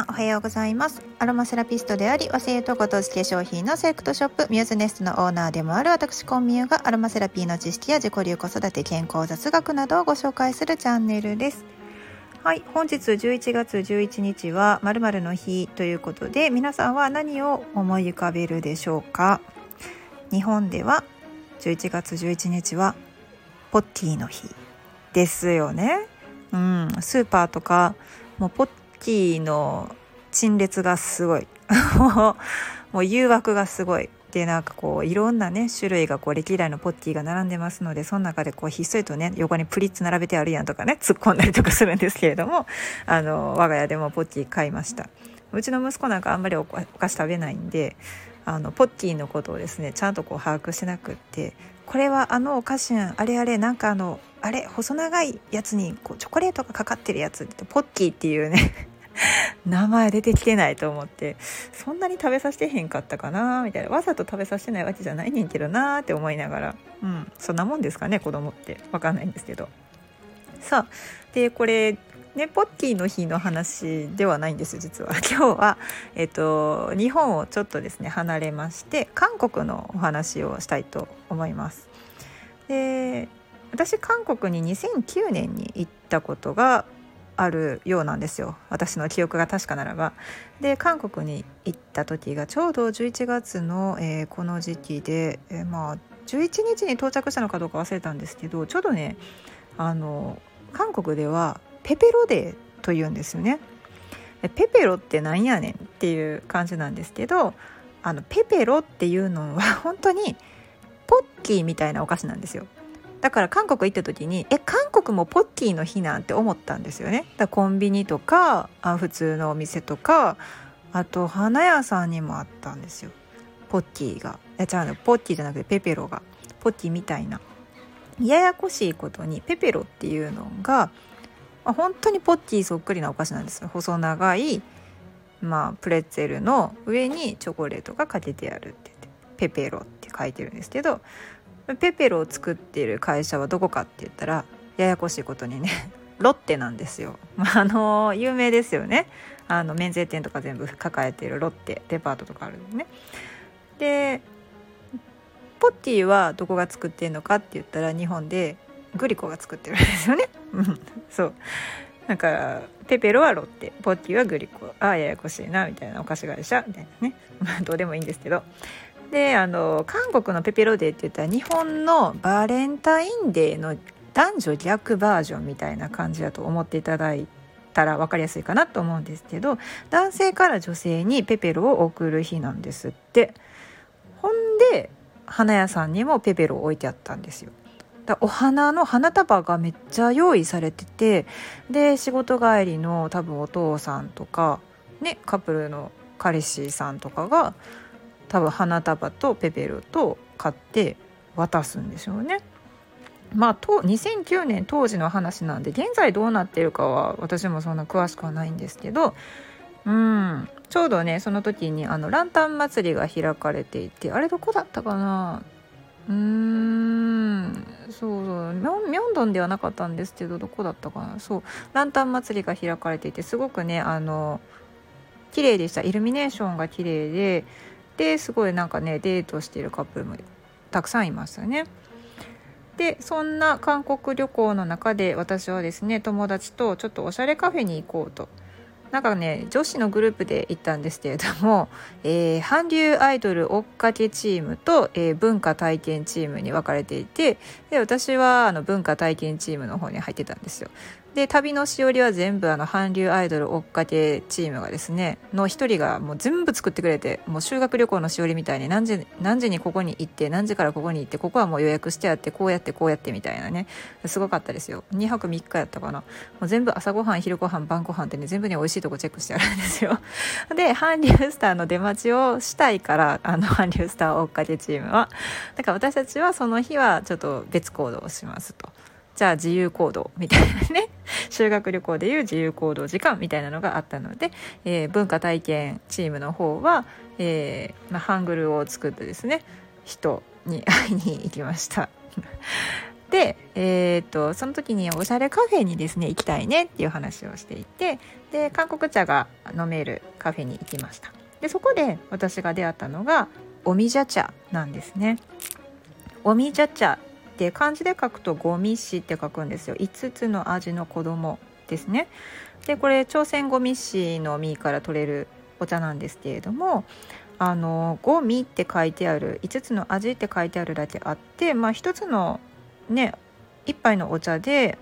おはようございます。アロマセラピストであり和製とご当地化粧品のセレクトショップミューズネストのオーナーでもある私コンミューがアロマセラピーの知識や自己流子育て健康雑学などをご紹介するチャンネルです。はい、本日11月11日は〇〇の日ということで、皆さんは何を思い浮かべるでしょうか。日本では11月11日はポッティの日ですよね。スーパーとかもうポッティの陳列がすごいもう誘惑がすごいで、なんかこういろんなね種類がこう歴代のポッティが並んでますので、その中でこうひっそりとね横にプリッツ並べてあるやんとかね突っ込んだりとかするんですけれども、我が家でもポッティ買いました。うちの息子なんかあんまりお菓子食べないんで、ポッティのことをですねちゃんとこう把握しなくって、これはお菓子あれなんかあれ細長いやつにこうチョコレートがかかってるやつってポッティっていうね名前出てきてないと思って、そんなに食べさせてへんかったかなみたいな、わざと食べさせてないわけじゃないねんけどなって思いながら、そんなもんですかね子供ってわかんないんですけど。さあでこれねポッティの日の話ではないんです実は。今日は日本をちょっとですね離れまして韓国のお話をしたいと思います。で私韓国に2009年に行ったことがあるようなんですよ、私の記憶が確かならば。で韓国に行った時がちょうど11月の、この時期で、11日に到着したのかどうか忘れたんですけど、ちょうどね韓国ではペペロデーというんですよね。ペペロってなんやねんっていう感じなんですけど、ペペロっていうのは本当にポッキーみたいなお菓子なんですよ。だから韓国行った時に韓国もポッキーの日なんて思ったんですよね。だからコンビニとか普通のお店とか、あと花屋さんにもあったんですよポッキーが。ポッキーじゃなくてペペロがポッキーみたいな。ややこしいことにペペロっていうのが本当にポッキーそっくりなお菓子なんですよ。細長い、プレッツェルの上にチョコレートがかけてあるって言ってペペロって書いてるんですけど、ペペロを作っている会社はどこかって言ったらややこしいことにねロッテなんですよ。有名ですよね。免税店とか全部抱えているロッテデパートとかあるんでね。でポッティはどこが作ってるのかって言ったら日本でグリコが作ってるんですよね。そうなんかペペロはロッテ、ポッティはグリコ、ややこしいなみたいな、お菓子会社みたいなねどうでもいいんですけど。で韓国のペペロデーって言ったら日本のバレンタインデーの男女逆バージョンみたいな感じだと思っていただいたら分かりやすいかなと思うんですけど、男性から女性にペペロを贈る日なんですって。ほんで花屋さんにもペペロを置いてあったんですよ。お花の花束がめっちゃ用意されてて、で仕事帰りの多分お父さんとかねカップルの彼氏さんとかが多分花束とペペロと買って渡すんでしょうね。2009年当時の話なんで現在どうなっているかは私もそんな詳しくはないんですけど、ちょうどねその時にランタン祭りが開かれていて、あれどこだったかな、そうミョンドンではなかったんですけど、どこだったかな。そうランタン祭りが開かれていて、すごくね綺麗でした。イルミネーションが綺麗ですごいなんかねデートしているカップルもたくさんいましたね。でそんな韓国旅行の中で私はですね友達とちょっとおしゃれカフェに行こうと、なんかね女子のグループで行ったんですけれども、韓流アイドル追っかけチームと、文化体験チームに分かれていて、で私は文化体験チームの方に入ってたんですよ。で旅のしおりは全部韓流アイドル追っかけチームがですねの一人がもう全部作ってくれて、もう修学旅行のしおりみたいに何時にここに行って何時からここに行って、ここはもう予約してあってこうやってみたいなね、すごかったですよ。2泊3日やったかな。もう全部朝ごはん昼ごはん晩ごはんってね全部ね美味しいとこチェックしてあるんですよ。で韓流スターの出待ちをしたいから韓流スター追っかけチームはだから私たちはその日はちょっと別行動をしますと。じゃあ自由行動みたいなね修学旅行でいう自由行動時間みたいなのがあったので、文化体験チームの方は、ハングルを作ってですね人に会いに行きましたで、その時におしゃれカフェにですね行きたいねっていう話をしていて、で韓国茶が飲めるカフェに行きました。でそこで私が出会ったのがオミジャ茶なんですね。オミジャ茶って漢字で書くとゴミシって書くんですよ。5つの味の子供ですね。でこれ朝鮮ゴミシの実から取れるお茶なんですけれども、ゴミって書いてある、5つの味って書いてあるだけあって、1つのね一杯のお茶で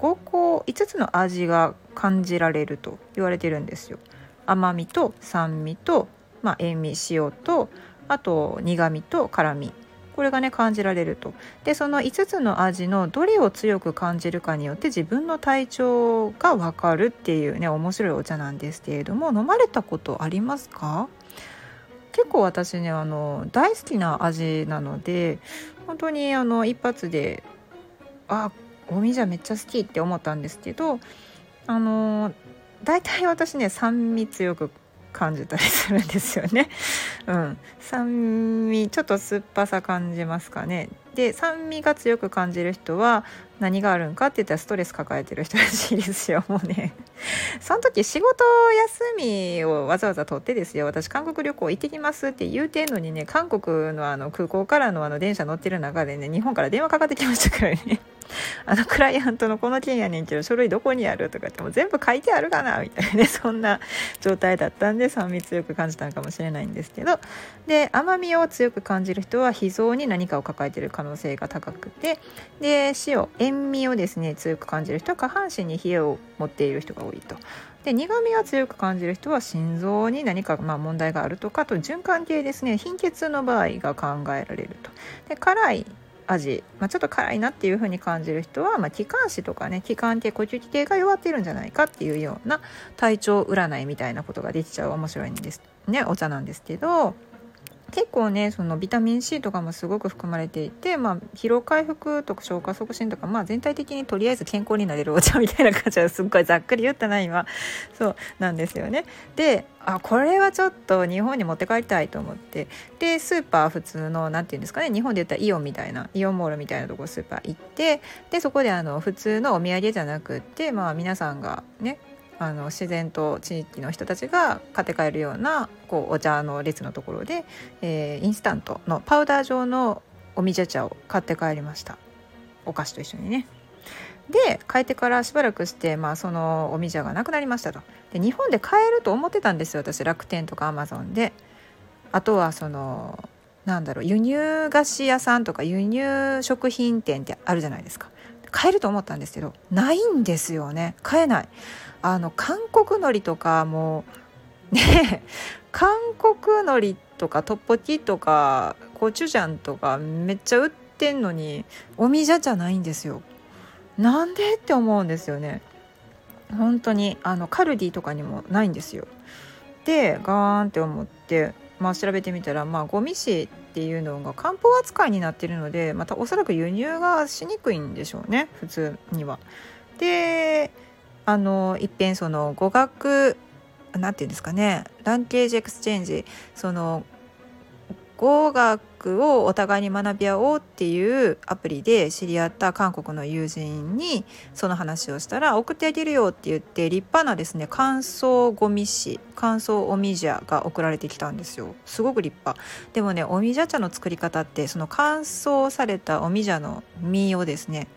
5つの味が感じられると言われてるんですよ。甘みと酸味と、塩味塩と、あと苦味と辛味、これがね感じられると。でその5つの味のどれを強く感じるかによって自分の体調が分かるっていうね面白いお茶なんですけれども、飲まれたことありますか？結構私ね大好きな味なので、本当に一発でゴミじゃめっちゃ好きって思ったんですけど、だいたい私ね酸味強く感じたりするんですよね。酸味ちょっと酸っぱさ感じますかね。で酸味が強く感じる人は何があるんかって言ったらストレス抱えてる人らしいですよ。もうねその時仕事休みをわざわざ取ってですよ、私韓国旅行行ってきますって言うてんのにね、韓国の空港からの電車乗ってる中でね、日本から電話かかってきましたからねクライアントのこの件やねんけど書類どこにあるとかってもう全部書いてあるかなみたいなね、そんな状態だったんで酸味強く感じたのかもしれないんですけど、で甘みを強く感じる人は脾臓に何かを抱えている可能性が高くて、で塩味をですね強く感じる人は下半身に冷えを持っている人が多いと。で苦味を強く感じる人は心臓に何か問題があるとか、と循環系ですね、貧血の場合が考えられると。で辛い味、ちょっと辛いなっていう風に感じる人は、気管支とかね、気管系呼吸器系が弱っているんじゃないかっていうような体調占いみたいなことができちゃう面白いんですね、お茶なんですけど、結構ねそのビタミン C とかもすごく含まれていて、疲労回復とか消化促進とか、全体的にとりあえず健康になれるお茶みたいな感じはすっごいざっくり言ったな今。そうなんですよね。でこれはちょっと日本に持って帰りたいと思って、でスーパー普通のなんていうんですかね、日本で言ったらイオンみたいなイオンモールみたいなところスーパー行って、でそこで普通のお土産じゃなくって、皆さんがね自然と地域の人たちが買って帰るようなお茶の列のところで、インスタントのパウダー状のおみじゃ茶を買って帰りました。お菓子と一緒にね。で帰ってからしばらくして、そのおみじゃがなくなりましたと。で日本で買えると思ってたんですよ、私。楽天とかアマゾンで。あとは輸入菓子屋さんとか輸入食品店ってあるじゃないですか。買えると思ったんですけどないんですよね。買えない。韓国海苔とかもね韓国海苔とかトッポキとかコチュジャンとかめっちゃ売ってんのにおみじゃじゃないんですよ。なんでって思うんですよね。本当にカルディとかにもないんですよ。でガーンって思って、調べてみたら、ゴミ紙っていうのが漢方扱いになっているので、またおそらく輸入がしにくいんでしょうね、普通には。で一遍その語学なんていうんですかね、ランゲージエクスチェンジ、その語学をお互いに学び合おうっていうアプリで知り合った韓国の友人にその話をしたら、送ってあげるよって言って立派なですね乾燥ゴミ紙、乾燥おみじゃが送られてきたんですよ。すごく立派でもね、おみじゃ茶の作り方って、その乾燥されたおみじゃの実をですね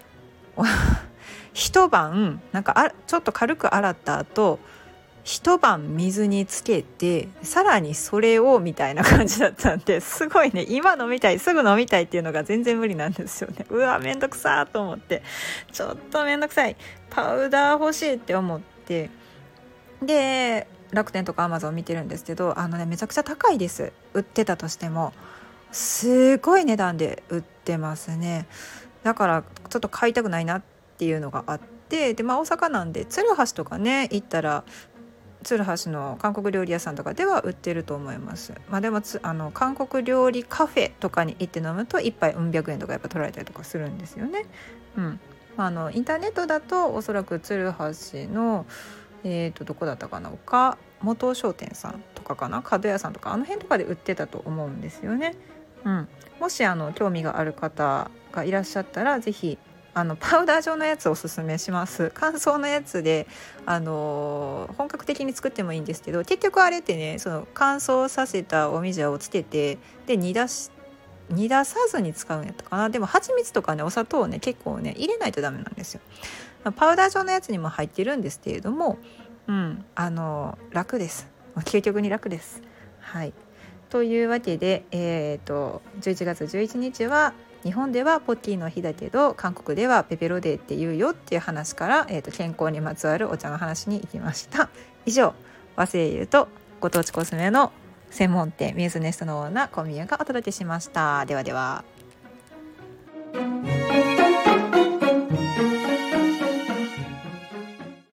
一晩ちょっと軽く洗った後一晩水につけて、さらにそれをみたいな感じだったんで、すごいね、今飲みたいすぐ飲みたいっていうのが全然無理なんですよね。うわめんどくさーと思って、ちょっとめんどくさい、パウダー欲しいって思って、で楽天とかアマゾン見てるんですけど、めちゃくちゃ高いです。売ってたとしてもすごい値段で売ってますね。だからちょっと買いたくないなっていうのがあって、で、大阪なんで鶴橋とかね行ったら、鶴橋の韓国料理屋さんとかでは売ってると思います。でも韓国料理カフェとかに行って飲むと1杯うん百円とかやっぱ取られたりとかするんですよね。インターネットだとおそらく鶴橋のどこだったかな、岡本商店さんとかかな、角屋さんとかあの辺とかで売ってたと思うんですよね。 もし興味がある方がいらっしゃったらぜひパウダー状のやつをおすすめします。乾燥のやつで、本格的に作ってもいいんですけど、結局あれってね、その乾燥させたおみじゃをつけてで煮出さずに使うんやったかな。でも蜂蜜とかねお砂糖をね結構ね入れないとダメなんですよ。パウダー状のやつにも入ってるんですけれども、楽です。究極に楽です。はい。というわけで、11月11日は日本ではポッキーの日だけど韓国ではペペロデーって言うよっていう話から、健康にまつわるお茶の話に行きました。以上、和製油とご当地コスメの専門店ミューズネストのオーナー小宮がお届けしました。ではでは。